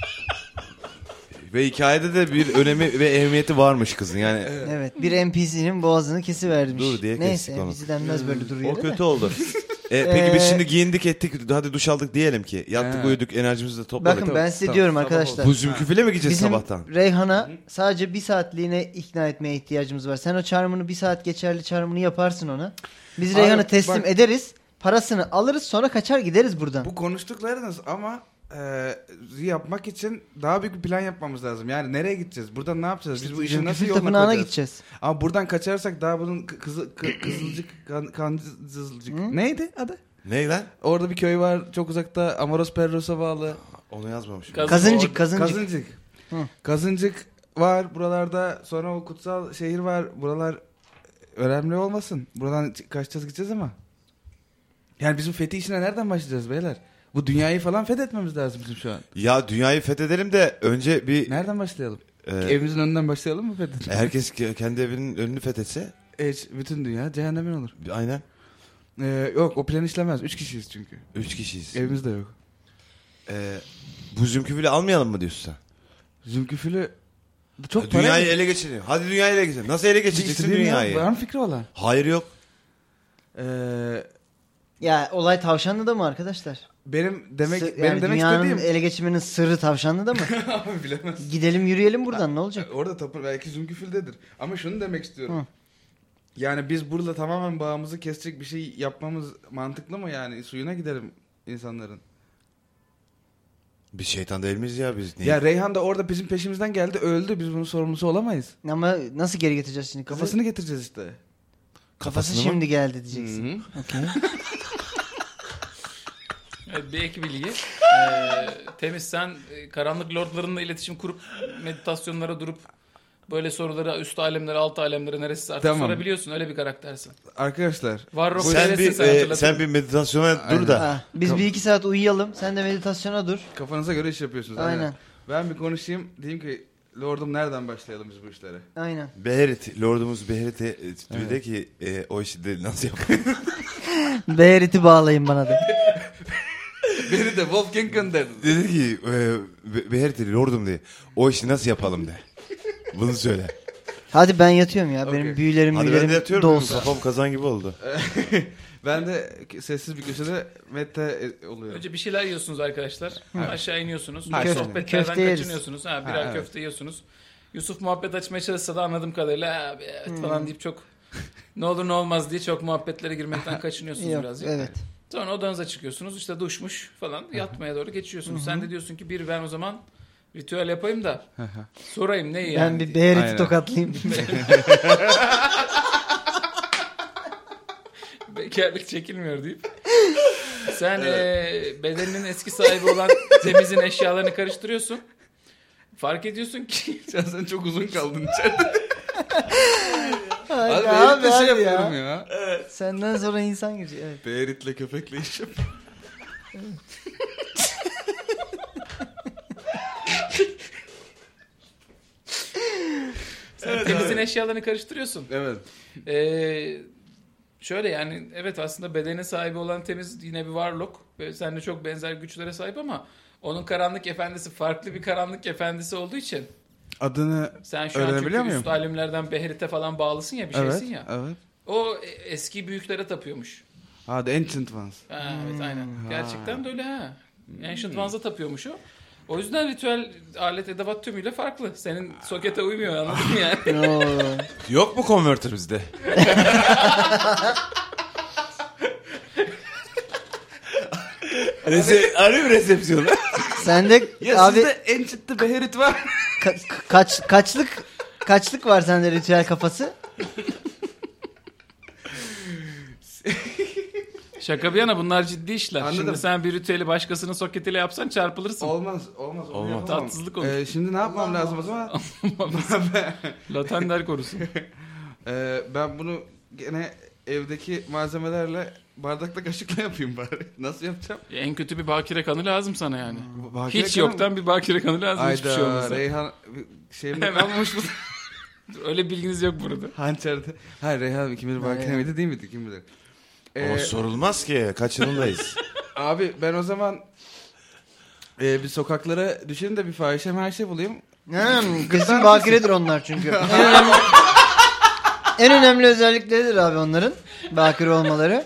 ve hikayede de bir önemi ve ehemmiyeti varmış kızın. Yani Evet, bir NPC'nin boğazını kesivermiş. Dur diye Neyse, kestik onu. NPC denmez böyle duruyor o değil mi? kötü oldu. Peki biz şimdi giyindik ettik hadi duş aldık diyelim ki. Yattık uyuduk enerjimizi de topladık. Bakın ben size Tamam, diyorum sabah arkadaşlar. Bu zümküfile mi gideceğiz Bizim sabahtan? Reyhan'a sadece bir saatliğine ikna etmeye ihtiyacımız var. Sen o charm'ını, bir saat geçerli charm'ını yaparsın ona. Biz Abi, Reyhan'ı teslim bak- ederiz. Parasını alırız, sonra kaçar gideriz buradan. Bu konuştuklarınız ama yapmak için daha büyük bir plan yapmamız lazım. Yani nereye gideceğiz? Buradan ne yapacağız? Biz bu işi nasıl Zümküfül yoluna tapınağına koyacağız? gideceğiz. Ama buradan kaçarsak daha bunun kızılcık kancızılcık. Neydi adı? Ne lan? Orada bir köy var çok uzakta, Amoros Perros'a bağlı. Onu yazmamışım. Kazıncık. Hı. Kazıncık var buralarda. Sonra o kutsal şehir var. Buralar önemli olmasın. Buradan kaçacağız gideceğiz ama. Yani bizim fethi işine nereden başlayacağız beyler? Bu dünyayı falan fethetmemiz lazım bizim şu an. Ya dünyayı fethedelim de önce bir Nereden başlayalım? e, Evimizin önünden başlayalım mı fethetmeye? herkes kendi evinin önünü fethetse Bütün dünya cehennemin olur. aynen Yok o plan işlemez. 3 kişiyiz çünkü. 3 kişiyiz. Evimiz de yok. Bu zümküfülü almayalım mı diyorsun sen? Zümküfülü çok para. Dünyayı ele geçirelim. Hadi dünyayı ele geçirelim. Nasıl ele geçireceksin İstediğin dünyayı? Var mı fikri olan? Hayır yok. Ya olay Tavşanlı'da mı arkadaşlar? Benim demek Yani demek dünyanın istediğim ele geçirmenin sırrı Tavşanlı'da mı? abi bilemez. Gidelim yürüyelim buradan, ne olacak? Orada belki Zümküfül'dedir. Ama şunu demek istiyorum. Hı. Yani biz burada tamamen bağımızı kesecek bir şey yapmamız mantıklı mı yani? Suyuna gidelim insanların. Biz şeytan değil miyiz ya biz? Niye? Ya Reyhan da orada bizim peşimizden geldi, öldü. Biz bunun sorumlusu olamayız. Ama nasıl geri getireceğiz şimdi? Kafasını getireceğiz işte. Kafası Kafasını mı? şimdi geldi diyeceksin. Okey. Evet, bir ek bilgi. Temiz, sen karanlık lordlarınla iletişim kurup meditasyonlara durup böyle soruları üst alemlere, alt alemlere neresi artık Tamam. sorabiliyorsun. Öyle bir karaktersin. Arkadaşlar. Varrock sen neresin bir sen hatırlatırım. sen bir meditasyona Aynen. dur da. Ha, biz bir iki saat uyuyalım. Sen de meditasyona dur. Kafanıza göre iş yapıyorsunuz. Aynen. Ben bir konuşayım. Diyeyim ki Lordum nereden başlayalım biz bu işlere? Aynen. Beherit, Lordumuz Beherit'e de ki o işi de nasıl yapalım? Beherit'i bağlayın bana da. Beni de Wolfgang gönder. Dedi ki Beherit Lordum diye. O işi nasıl yapalım de. Bunu söyle. Hadi ben yatıyorum ya. Benim Okey. büyülerim Hadi ben de büyülerim yatıyorum. dolsun. Kafam kazan gibi oldu. Ben de sessiz bir köşede mette oluyorum. Önce bir şeyler yiyorsunuz arkadaşlar. Aşağı iniyorsunuz. Köfte- Sohbetlerden köfte yeriz. kaçınıyorsunuz. Birer Ha, evet. köfte yiyorsunuz. Yusuf muhabbet açmaya çalışsa da anladığım kadarıyla abi evet falan deyip çok ne olur ne olmaz diye çok muhabbetlere girmekten kaçınıyorsunuz Yok, birazcık. evet. Sonra odanıza çıkıyorsunuz. İşte duşmuş falan yatmaya doğru geçiyorsunuz. Sen de diyorsun ki ben o zaman ritüel yapayım da sorayım neyi yani. Ben bir Beherit'i Aynen. tokatlayayım. Bekarlık çekilmiyor deyip. Sen bedeninin eski sahibi olan Temiz'in eşyalarını karıştırıyorsun. Fark ediyorsun ki Sen çok uzun kaldın içeride. Hadi Abi abi, Berit'le şey hadi yapıyorum ya. ya. Senden sonra insan girecek. Evet. Berit'le köpekle iş yapıyorum. sen Temiz'in eşyalarını karıştırıyorsun. Evet. Şöyle yani evet aslında bedenin sahibi olan Temiz yine bir Warlock ve seninle çok benzer güçlere sahip ama onun karanlık efendisi farklı bir karanlık efendisi olduğu için Adını Sen şu an çünkü öğrenebiliyor muyum? üst alimlerden Beherit'e falan bağlısın ya, bir Evet, şeysin ya. evet. O eski büyüklere tapıyormuş. Ha, The Ancient Ones. Ha, evet aynen. Gerçekten de öyle ha. Ancient Ones'a tapıyormuş o. O yüzden ritüel alet edevat tümüyle farklı. Senin sokete uymuyor, anladın mı yani? Oo. Yok mu konverter bizde? Arıyor resepsiyonu. Sende Ya abi sizde Ancient'lı Beherit var. kaçlık var sende ritüel kafası? Şaka bir yana bunlar ciddi işler. Anladım. Şimdi sen bir ritüeli başkasının soketiyle yapsan çarpılırsın. Olmaz. Olmaz. Tatsızlık olur. Şimdi ne yapmam lazım o zaman? Latenler korusun. Ben bunu gene evdeki malzemelerle bardakla kaşıkla yapayım bari. Nasıl yapacağım? En kötü bir bakire kanı lazım sana yani. Bakire Hiç kanı yoktan bir bakire kanı lazım, hiçbir şey Ayda olmasa. Reyhan şeyimde Hemen. kalmamış mı? Öyle bilginiz yok burada. Hançerde. Hayır, Reyhan kim bilir bakire miydi değil miydi kim bilir. Ama sorulmaz ki. Kaç yılındayız? Abi ben o zaman bir sokaklara düşelim de bir fahişe merşe bulayım. Kesin bakiredir onlar çünkü. En önemli özellikleridir abi onların. Bakire olmaları.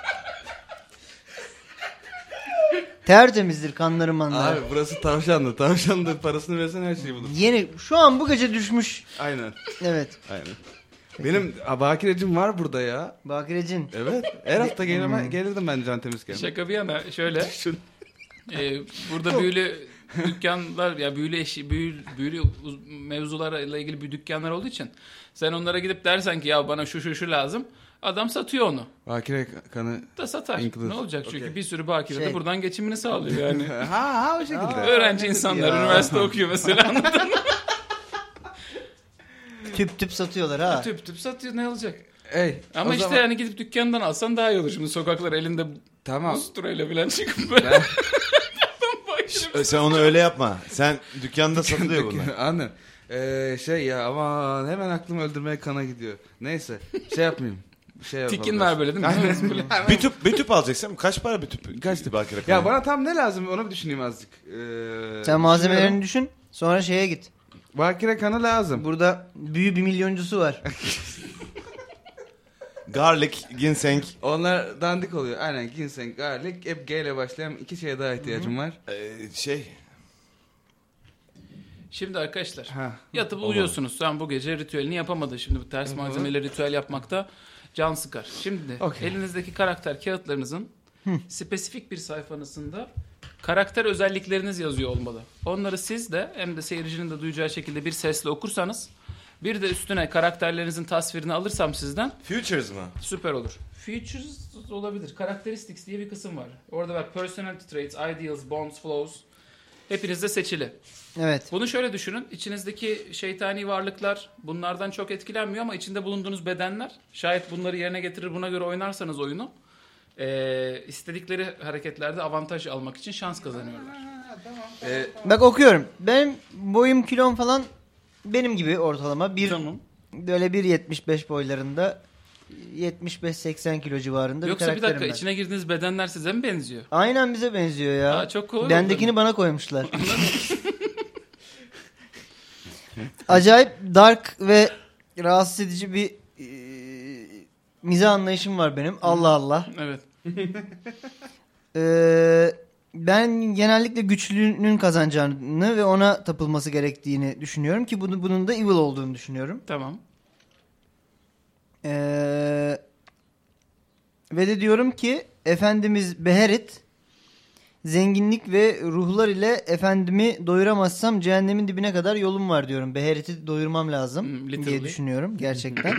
Tertemizdir kanları manları. Abi burası tavşanlı. Tavşanlı parasını versen her şeyi bulur. Yeni şu an bu gece düşmüş. Aynen. Evet. Aynen. Benim bakirecim var burada ya. Bakirecin. Evet. Her hafta gelirdim ben can temizken. Şaka bir yana şöyle. Burada büyülü dükkanlar ya büyülü mevzularla ilgili bir dükkanlar olduğu için sen onlara gidip dersen ki ya bana şu lazım. Adam satıyor onu. Bakire kanı Da satar. include. Ne olacak çünkü Okay. bir sürü bakire de Şey. buradan geçimini sağlıyor yani. ha o şekilde. Öğrenci insanlar üniversite okuyor mesela, anladın mı? Tüp satıyorlar ha. Tüp satıyor, ne olacak? Ey, Ama o işte zaman- yani gidip dükkandan alsan daha iyi olur. Şimdi sokaklar elinde Tamam. usturayla falan çıkıp böyle. Sen onu öyle yapma. Sen dükkanda satılıyor bunlar. Anladın. Şey ya aman hemen aklım öldürmeye kana gidiyor. Neyse şey yapmayayım. Şey yapalım. Tikin var böyle değil mi? Aynen. Böyle. Bir tüp alacaksın. Kaç para bir tüp? Kaç tüp? Bakire Ya kanı? bana tam ne lazım onu bir düşüneyim azıcık. Sen malzemelerini düşün. Sonra şeye git. Bakire kanı lazım. Burada büyü bir milyoncusu var. Garlic, ginseng. Onlar dandik oluyor. Aynen ginseng, garlic. Hep G ile başlayan iki şeye daha ihtiyacım var. Şimdi arkadaşlar Ha. yatıp uyuyorsunuz. Sen bu gece ritüelini yapamadın. Şimdi bu ters malzemeyle ritüel yapmakta can sıkar. Şimdi Okey. elinizdeki karakter kağıtlarınızın spesifik bir sayfanızda karakter özellikleriniz yazıyor olmalı. Onları siz de hem de seyircinin de duyacağı şekilde bir sesle okursanız, bir de üstüne karakterlerinizin tasvirini alırsam sizden Futures mı? süper olur. Features olabilir. Characteristics diye bir kısım var. Orada var personality traits, ideals, bonds, flows. Hepinizde seçili. Evet. Bunu şöyle düşünün. İçinizdeki şeytani varlıklar bunlardan çok etkilenmiyor ama içinde bulunduğunuz bedenler şayet bunları yerine getirir, buna göre oynarsanız oyunu istedikleri hareketlerde avantaj almak için şans kazanıyorlar. Bak okuyorum. Benim boyum kilom falan benim gibi ortalama. Tamam. Böyle 1.75 boylarında 75-80 kilo civarında Yoksa bir bir karakterim dakika var. içine girdiğiniz bedenler size mi benziyor? Aynen bize benziyor ya. Aa, çok kolay Bendekini oldu. bana koymuşlar. Acayip dark ve rahatsız edici bir mizah anlayışım var benim. Allah Allah. Evet. Ben genellikle güçlünün kazanacağını ve ona tapılması gerektiğini düşünüyorum ki bunun da evil olduğunu düşünüyorum. Tamam. Ve de diyorum ki Efendimiz Beherit zenginlik ve ruhlar ile efendimi doyuramazsam cehennemin dibine kadar yolum var diyorum. Beherit'i doyurmam lazım diye Literally. düşünüyorum gerçekten.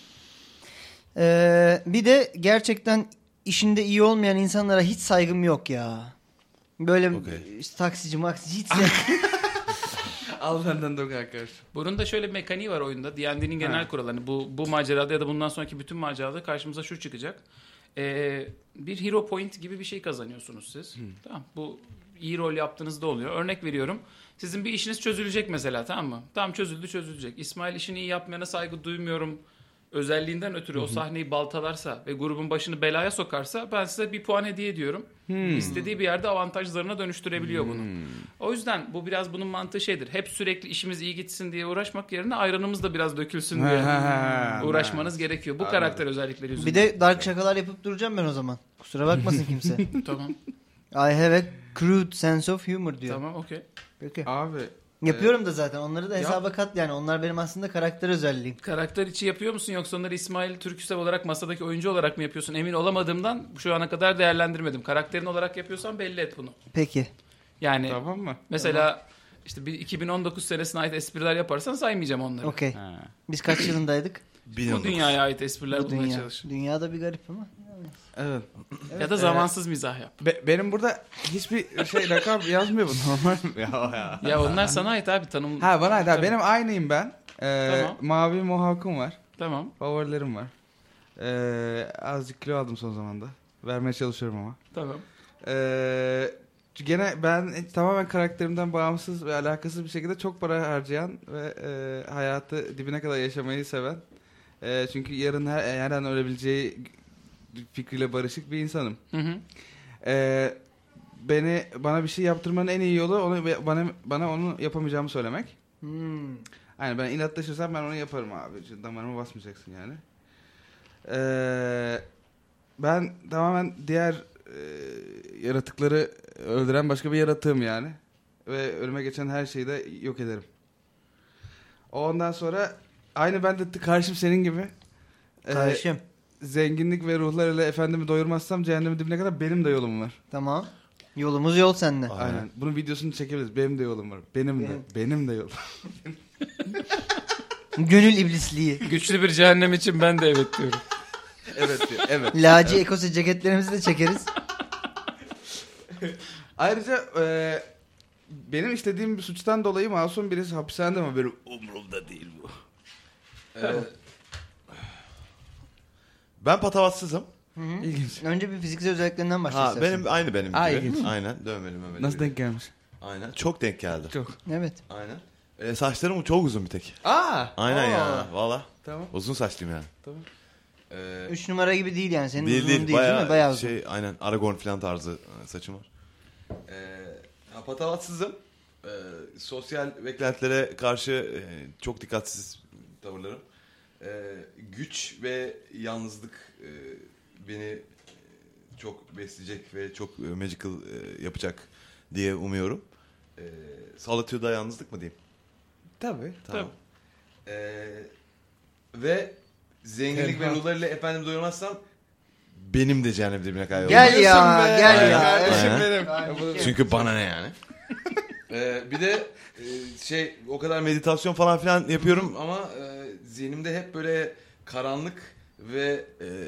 Bir de gerçekten işinde iyi olmayan insanlara hiç saygım yok ya. Böyle işte taksici maksici hiç Al benden de arkadaş. Bunun da şöyle bir mekaniği var oyunda. D&D'nin genel kuralı. Hani bu macerada ya da bundan sonraki bütün macerada karşımıza şu çıkacak. Bir hero point gibi bir şey kazanıyorsunuz siz. Tamam. Bu iyi rol yaptığınızda oluyor. Örnek veriyorum. Sizin bir işiniz çözülecek mesela, tamam mı? Tamam, çözülecek. İsmail işini iyi yapmayana saygı duymuyorum özelliğinden ötürü o sahneyi baltalarsa ve grubun başını belaya sokarsa ben size bir puan hediye ediyorum. İstediği bir yerde avantajlarına dönüştürebiliyor bunu. O yüzden bu biraz bunun mantığı şeydir. Hep sürekli işimiz iyi gitsin diye uğraşmak yerine ayranımız da biraz dökülsün diye uğraşmanız gerekiyor. Bu karakter özellikleri yüzünden. Bir de dark şakalar yapıp duracağım ben o zaman. Kusura bakmasın kimse. Tamam. I have a crude sense of humor diyor. Tamam, okey. Peki. Abi Yapıyorum da zaten. Onları da hesaba kat yani. Onlar benim aslında karakter özelliğim. Karakter içi yapıyor musun yoksa onları İsmail Türküsev olarak masadaki oyuncu olarak mı yapıyorsun? Emin olamadığımdan şu ana kadar değerlendirmedim. Karakterin olarak yapıyorsan belli et bunu. Peki. Yani tamam mı? mesela işte bir 2019 senesine ait espriler yaparsan saymayacağım onları. Okey. Ha. Biz kaç yılındaydık? Bu dünyaya ait espriler Bu bulmaya dünya. çalış. Dünyada bir garip ama. Evet. Ya da zamansız mizah yap. Benim burada hiçbir şey rakam yazmıyor bu normal. Ya onlar sana ait abi tanım. Ha bana da Tabii. benim aynıyım ben. Tamam. Mavi mohawk'um var. Tamam. Favorilerim var. Azıcık kilo aldım son zamanda. Vermeye çalışıyorum ama. Tamam. Gene ben tamamen karakterimden bağımsız ve alakasız bir şekilde çok para harcayan ve hayatı dibine kadar yaşamayı seven. Çünkü yarın her an ölebileceği fikriyle barışık bir insanım. Hı hı. Bana bir şey yaptırmanın en iyi yolu onu bana onu yapamayacağımı söylemek. Yani ben inatlaşırsam ben onu yaparım abi. Damarıma basmayacaksın yani. Ben tamamen diğer yaratıkları öldüren başka bir yaratığım yani. Ve önüme geçen her şeyi de yok ederim. Ondan sonra aynı ben de karşım senin gibi. Karşım. Zenginlik ve ruhlar ile efendimi doyurmazsam cehennemin dibine kadar benim de yolum var. Tamam. Yolumuz yol seninle. Aynen. Bunun videosunu çekebiliriz. Benim de yolum var. Benim de yolum. Gönül iblisliği. Güçlü bir cehennem için ben de evet diyorum. Evet diyor. Evet. Laci ekose ceketlerimizi de çekeriz. Ayrıca benim işlediğim bir suçtan dolayı masum birisi hapishanede ama benim umurumda değil bu. Ben patavatsızım. İlginç. Önce bir fiziksel özelliklerinden başlayalım. Benim benim Aa, gibi. ilginç. Aynen dövmeli memeli. Nasıl biri. denk gelmiş? Aynen. Çok denk geldi. Çok. Evet. Aynen. Saçlarım çok uzun bir tek. Aynen ya. Valla. Tamam. Uzun saçlıyım yani. Tamam. 3 numara gibi değil yani. Senin Değil uzun değil, bayağı, değil mi? Bayağı uzun. aynen Aragorn falan tarzı saçım var. Patavatsızım. Sosyal beklentilere karşı çok dikkatsiz tavırlarım. Güç ve yalnızlık beni çok besleyecek ve çok magical yapacak diye umuyorum. Solitude'da yalnızlık mı diyeyim? Tabii. Tamam. Ve zenginlik ve ruhlarıyla efendim doyurmazsam benim de cehennem dibine kaybolurum. Gel ya, gel ya. Kardeşim benim. Çünkü bana ne yani? Bir de o kadar meditasyon falan filan yapıyorum ama zihnimde hep böyle karanlık ve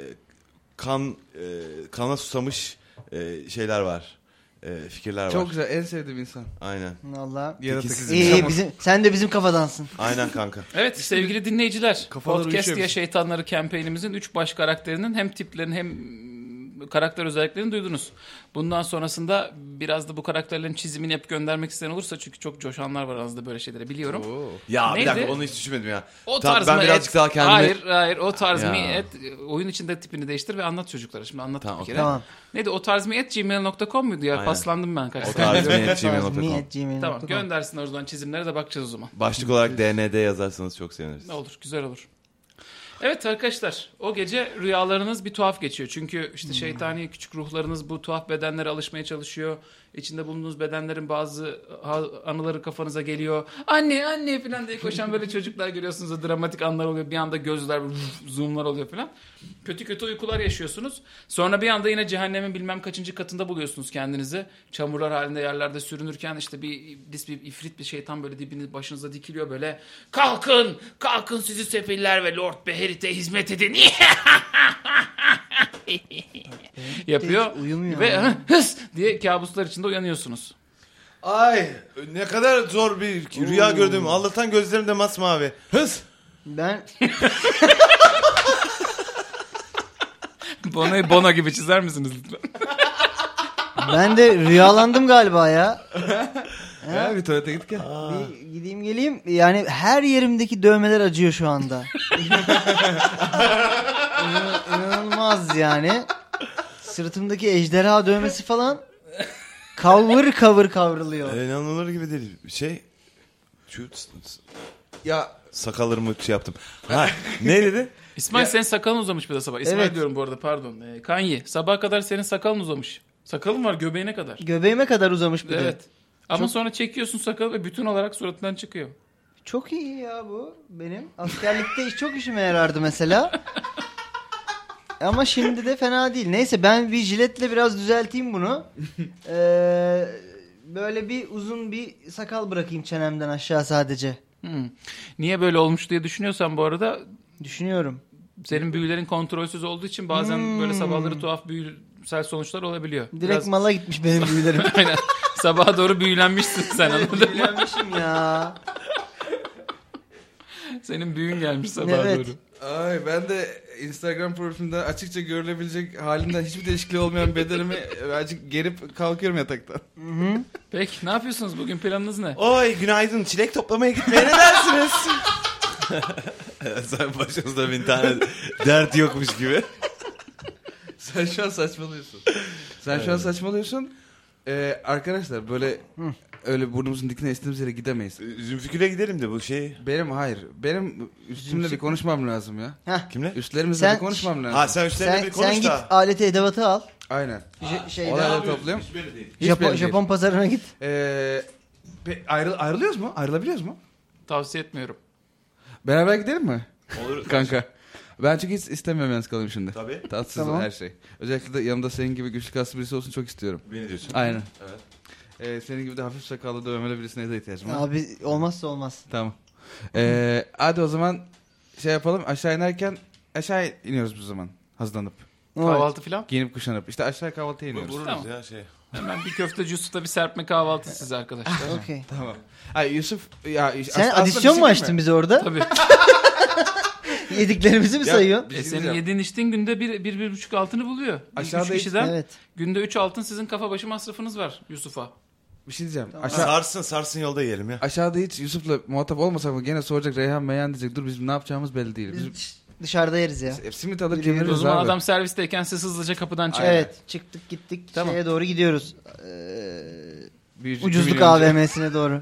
kana susamış şeyler var. Fikirler var. Çok güzel. En sevdiğim insan. Aynen. Allah. Yaratık. İyi, sen de bizim kafadansın. Aynen kanka. Evet sevgili dinleyiciler. Kafalar Podcast uyuşuyor ya bizim. Şeytanları kampanyemizin 3 baş karakterinin hem tiplerini hem karakter özelliklerini duydunuz. Bundan sonrasında biraz da bu karakterlerin çizimini yapıp göndermek isteyen olursa çünkü çok coşanlar var aranızda böyle şeyleri biliyorum. Ya Neydi? bir dakika onu hiç düşünmedim ya. O Tamam, tarz ben mı birazcık et? daha kendimi... Hayır o tarz Ya. mı et? Oyun içinde tipini değiştir ve anlat çocuklara. Şimdi anlat Tamam, bir kere. Tamam. Neydi o tarz mı et gmail.com muydu ya? Aynen. Paslandım ben kaç O sefer. tarz gmail.com. Gmail.com. Tamam göndersinler o zaman çizimlere de bakacağız o zaman. Başlık olarak DND yazarsanız çok seviniriz. Ne olur güzel olur. Evet arkadaşlar o gece rüyalarınız bir tuhaf geçiyor. Çünkü işte şeytani küçük ruhlarınız bu tuhaf bedenlere alışmaya çalışıyor. İçinde bulunduğunuz bedenlerin bazı anıları kafanıza geliyor. Anne falan diye koşan böyle çocuklar görüyorsunuz. O dramatik anlar oluyor. Bir anda gözler zoomlar oluyor falan. Kötü uykular yaşıyorsunuz. Sonra bir anda yine cehennemin bilmem kaçıncı katında buluyorsunuz kendinizi. Çamurlar halinde yerlerde sürünürken işte bir ifrit bir şeytan böyle dibiniz başınıza dikiliyor böyle. Kalkın sizi sefiller ve Lord Beherit'e hizmet edin. yapıyor Uyumuyor ve ama. hıs diye kabuslar içinde uyanıyorsunuz. Ay ne kadar zor bir rüya gördüm. Allah'tan gözlerim de masmavi. Hız. Ben Bono gibi çizer misiniz lütfen? ben de rüyalandım galiba ya. Ya bir tuvalete gittik ya. Bir gideyim geleyim. Yani her yerimdeki dövmeler acıyor şu anda. İnanılmaz yani. Sırtımdaki ejderha dövmesi falan kavrılıyor. İnanılır gibi değil. Ya Sakallarımı yaptım. Ha, ne dedi? İsmail senin sakalın uzamış bir de sabah. İsmail Evet. diyorum bu arada pardon. Kanye sabaha kadar senin sakalın uzamış. Sakalın var göbeğine kadar. Göbeğime kadar uzamış bir de. Evet. Ama sonra çekiyorsun sakalı ve bütün olarak suratından çıkıyor. Çok iyi ya bu benim. Askerlikte çok işime yarardı mesela. Ama şimdi de fena değil. Neyse ben bir jiletle biraz düzelteyim bunu. Böyle bir uzun bir sakal bırakayım çenemden aşağı sadece. Niye böyle olmuş diye düşünüyorsan bu arada Düşünüyorum. senin büyülerin kontrolsüz olduğu için bazen böyle sabahları tuhaf büyüsel sonuçlar olabiliyor. Direkt mala gitmiş benim büyülerim. Aynen. Sabaha doğru büyülenmişsin sen anladın mı? Büyülenmişim ya. Senin büyün gelmiş sabaha Evet. doğru. ay ben de Instagram profilimden açıkça görülebilecek halinden hiçbir değişikliği olmayan bedenimi azıcık gerip kalkıyorum yataktan. Peki ne yapıyorsunuz bugün planınız ne? Oy günaydın. Çilek toplamaya gitmeye ne dersiniz? Sen başınızda bin tane dert yokmuş gibi. Sen şu an saçmalıyorsun. Sen şu an saçmalıyorsun. Arkadaşlar böyle öyle burnumuzun dikine estiğimiz yere gidemeyiz. Zülfikül'e gidelim de bu şey. Benim üstümle bir konuşmam lazım ya. Heh. Kimle? Üstlerimizle Sen- bir konuşmam lazım. Ha sen üstlerine bir Sen konuş git da. aleti edevatı al. Aynen. Şeyden Olayları topluyorum. Japon pazarına git. Ayrılıyoruz mu? Ayrılabiliyoruz mu? Tavsiye etmiyorum. Beraber gidelim mi? Olur. Kanka. Ben çünkü hiç istemiyorum yalnız kalayım şimdi. Tabii. Tatsız Tamam. her şey. Özellikle de yanımda senin gibi güçlü kaslı birisi olsun çok istiyorum. Beni diyorsun. Aynen. Evet. Senin gibi de hafif sakallı dövmeli birisine de ihtiyacım var. Abi olmazsa olmaz. Tamam. Hadi o zaman şey yapalım. Aşağı inerken aşağı iniyoruz bu zaman. Hazırlanıp. Kahvaltı falan. Giyinip kuşanıp. İşte aşağı kahvaltıya iniyoruz. Vururuz Tamam. ya şey. Hemen bir köfteci usta bir serpme kahvaltı size arkadaşlar. Okey. Tamam. Ay Yusuf ya Sen adisyon mu açtın bize orada? Tabii. Yediklerimizi mi Ya, sayıyorsun? bir şey Senin diyeceğim. yediğin içtiğin günde bir buçuk altını buluyor. Aşağıda 3 kişiden Evet. günde 3 altın sizin kafa başı masrafınız var Yusuf'a. Bir şey diyeceğim. Tamam. Sarsın yolda yiyelim ya. Aşağıda hiç Yusuf'la muhatap olmasak mı gene soracak Reyhan Meyhan diyecek. Dur bizim ne yapacağımız belli değil. Bizim Biz dışarıda yeriz ya. simit alır O O kemiririz zaman abi. adam servisteyken siz hızlıca kapıdan çıkın. Evet. Çıktık gittik Tamam. şeye doğru gidiyoruz. Büyücü- Ucuzluk büyücü- AVM'sine doğru.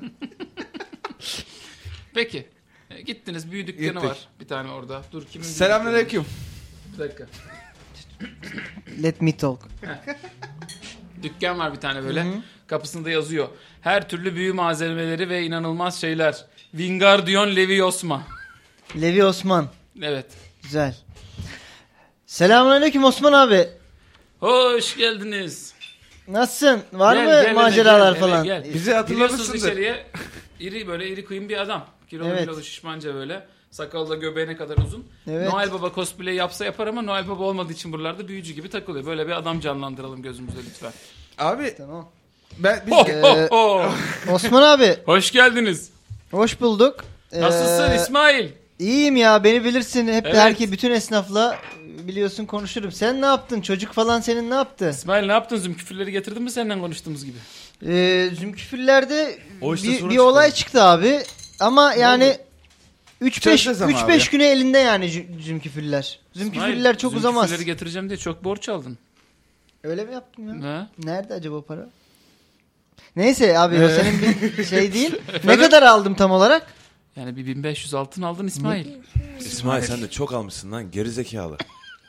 Peki. Gitiniz büyü dükkanı Gittik. var. Bir tane orada. Dur kimin? büyü Selamünaleyküm. dükkanı? Bir dakika. Let me talk. Dükkan var bir tane böyle. Hı hı. Kapısında yazıyor. Her türlü büyü malzemeleri ve inanılmaz şeyler. Wingardium Leviosa. Levi Osman. Evet. Güzel. Selamünaleyküm Osman abi. Hoş geldiniz. Nasılsın? Var Gel, mı gel, maceralar gel, falan? gel. Bizi Giriyorsunuz hatırlamışsındır. içeriye. İri kıyım bir adam. Kilolu Evet. kilolu şişmanca böyle. Sakalı da göbeğine kadar uzun. Evet. Noel Baba cosplay yapsa yapar ama Noel Baba olmadığı için buralarda büyücü gibi takılıyor. Böyle bir adam canlandıralım gözümüzde lütfen. Abi Tamam. biz Ho, ho, ho. Osman abi Hoş geldiniz. hoş bulduk. Nasılsın İsmail? İyiyim ya beni bilirsin. Hep Evet. herkes bütün esnafla biliyorsun konuşurum. Sen ne yaptın? Çocuk falan senin ne yaptı? İsmail ne yaptın? Zümküfürleri getirdin mi senden konuştuğumuz gibi? Zümküfürlerde O işte sorun bir çıktı. olay çıktı abi. Ama yani 3-5 Çözeceğiz ama abi. 3-5 güne elinde yani zümküfürler. Zümküfürler çok uzamaz. Zümküfürleri getireceğim diye çok borç aldın. Öyle mi yaptım ya? Ne? Nerede acaba para? Neyse abi o senin bir şey değil. Ne Efendim? kadar aldım tam olarak? Yani bir 1500 altın aldın İsmail. İsmail sen de çok almışsın lan gerizekalı.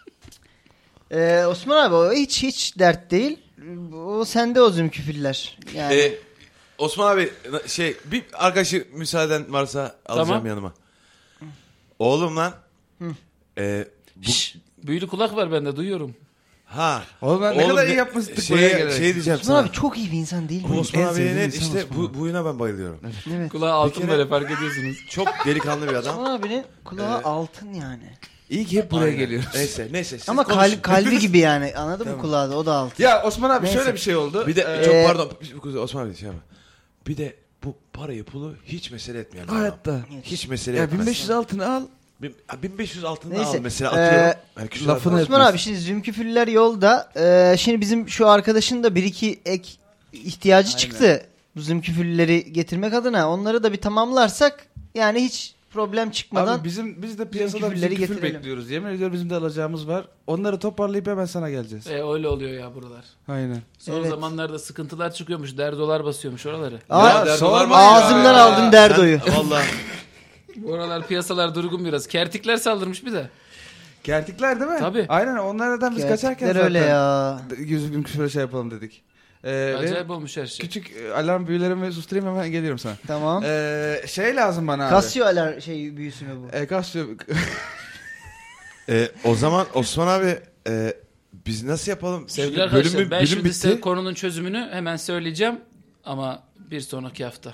Osman abi o hiç dert değil. O sende o zümküfürler. Yani Osman abi bir arkadaşı müsaaden varsa alacağım Tamam. yanıma. Oğlum lan. Bu, Şşş, büyülü kulak var bende duyuyorum. ha. Oğlum ben ne Oğlum, kadar iyi yapmıştık şey, buraya gelerek. şey diyeceğim Osman sana. abi çok iyi bir insan değil Bu mi? Osman En abiye sevdiğim ne insan işte Osman. bu huyuna ben bayılıyorum. Evet. Kulağı altın kere- böyle fark ediyorsunuz. Çok delikanlı bir adam. Osman abinin kulağı altın yani. İyi ki hep buraya Aynen. geliyoruz. Neyse. siz Ama konuşun. kalbi gibi yani anladın mı Tamam. kulağı da o da altın. Ya Osman abi Neyse. şöyle bir şey oldu. Bir de Ee, çok pardon Osman abi şey ama. Bir de bu parayı pulu hiç mesele etmeyen bir adam. Hayatta. Hiç mesele Ya etmez. 1500 altını al. 1500 altında Neyse, al mesela atıyorum. Yani küsur lafını altın. Osman etmez. abi şimdi zümküfürler yolda. Şimdi bizim şu arkadaşın da bir iki ek ihtiyacı çıktı. Bu zümküfürleri getirmek adına. Onları da bir tamamlarsak yani hiç problem çıkmadan Abi biz de piyasada küfürleri küfür getirelim. bekliyoruz. Yemin ediyorum bizim de alacağımız var. Onları toparlayıp hemen sana geleceğiz. Öyle oluyor ya buralar. Aynen. Son Evet. zamanlarda sıkıntılar çıkıyormuş. Derdolar basıyormuş oraları. Aa, derdolar sorma var ya. ağzımdan aldın derdoyu. Valla. Bu aralar piyasalar durgun biraz. Kertikler saldırmış bir de. Kertikler değil mi? Tabii. Aynen onlardan biz kaçarken Gerçekler zaten öyle ya. 100 gün küfür şey yapalım dedik. Benim Acayip olmuş her şey. küçük alarm büyülerimi susturayım hemen geliyorum sana. Tamam. Şey lazım bana abi. Casio büyüsü mü bu? Casio. O zaman Osman abi biz nasıl yapalım? Sevgili arkadaşlar ben bölüm şimdi bitti. size konunun çözümünü hemen söyleyeceğim. Ama bir sonraki hafta.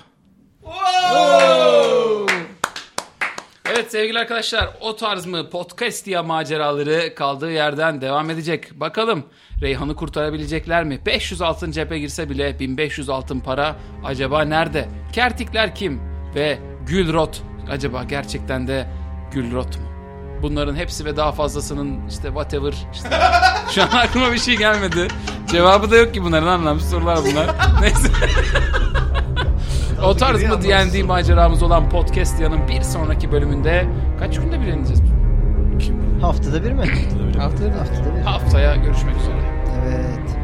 Evet sevgili arkadaşlar, o tarz mı podcast ya maceraları kaldığı yerden devam edecek. Bakalım Reyhan'ı kurtarabilecekler mi? 500 altın cephe girse bile 1500 altın para acaba nerede? Kertikler kim? Ve Gülrot acaba gerçekten de Gülrot mu? Bunların hepsi ve daha fazlasının işte whatever işte şu an aklıma bir şey gelmedi. Cevabı da yok ki bunların, anlamsız sorular bunlar. Neyse. O tarz mı D&D maceramız olan podcast yanın bir sonraki bölümünde kaç günde bir ineceğiz? Haftada bir mi? Haftada Haftada bir. Haftaya görüşmek üzere. Evet.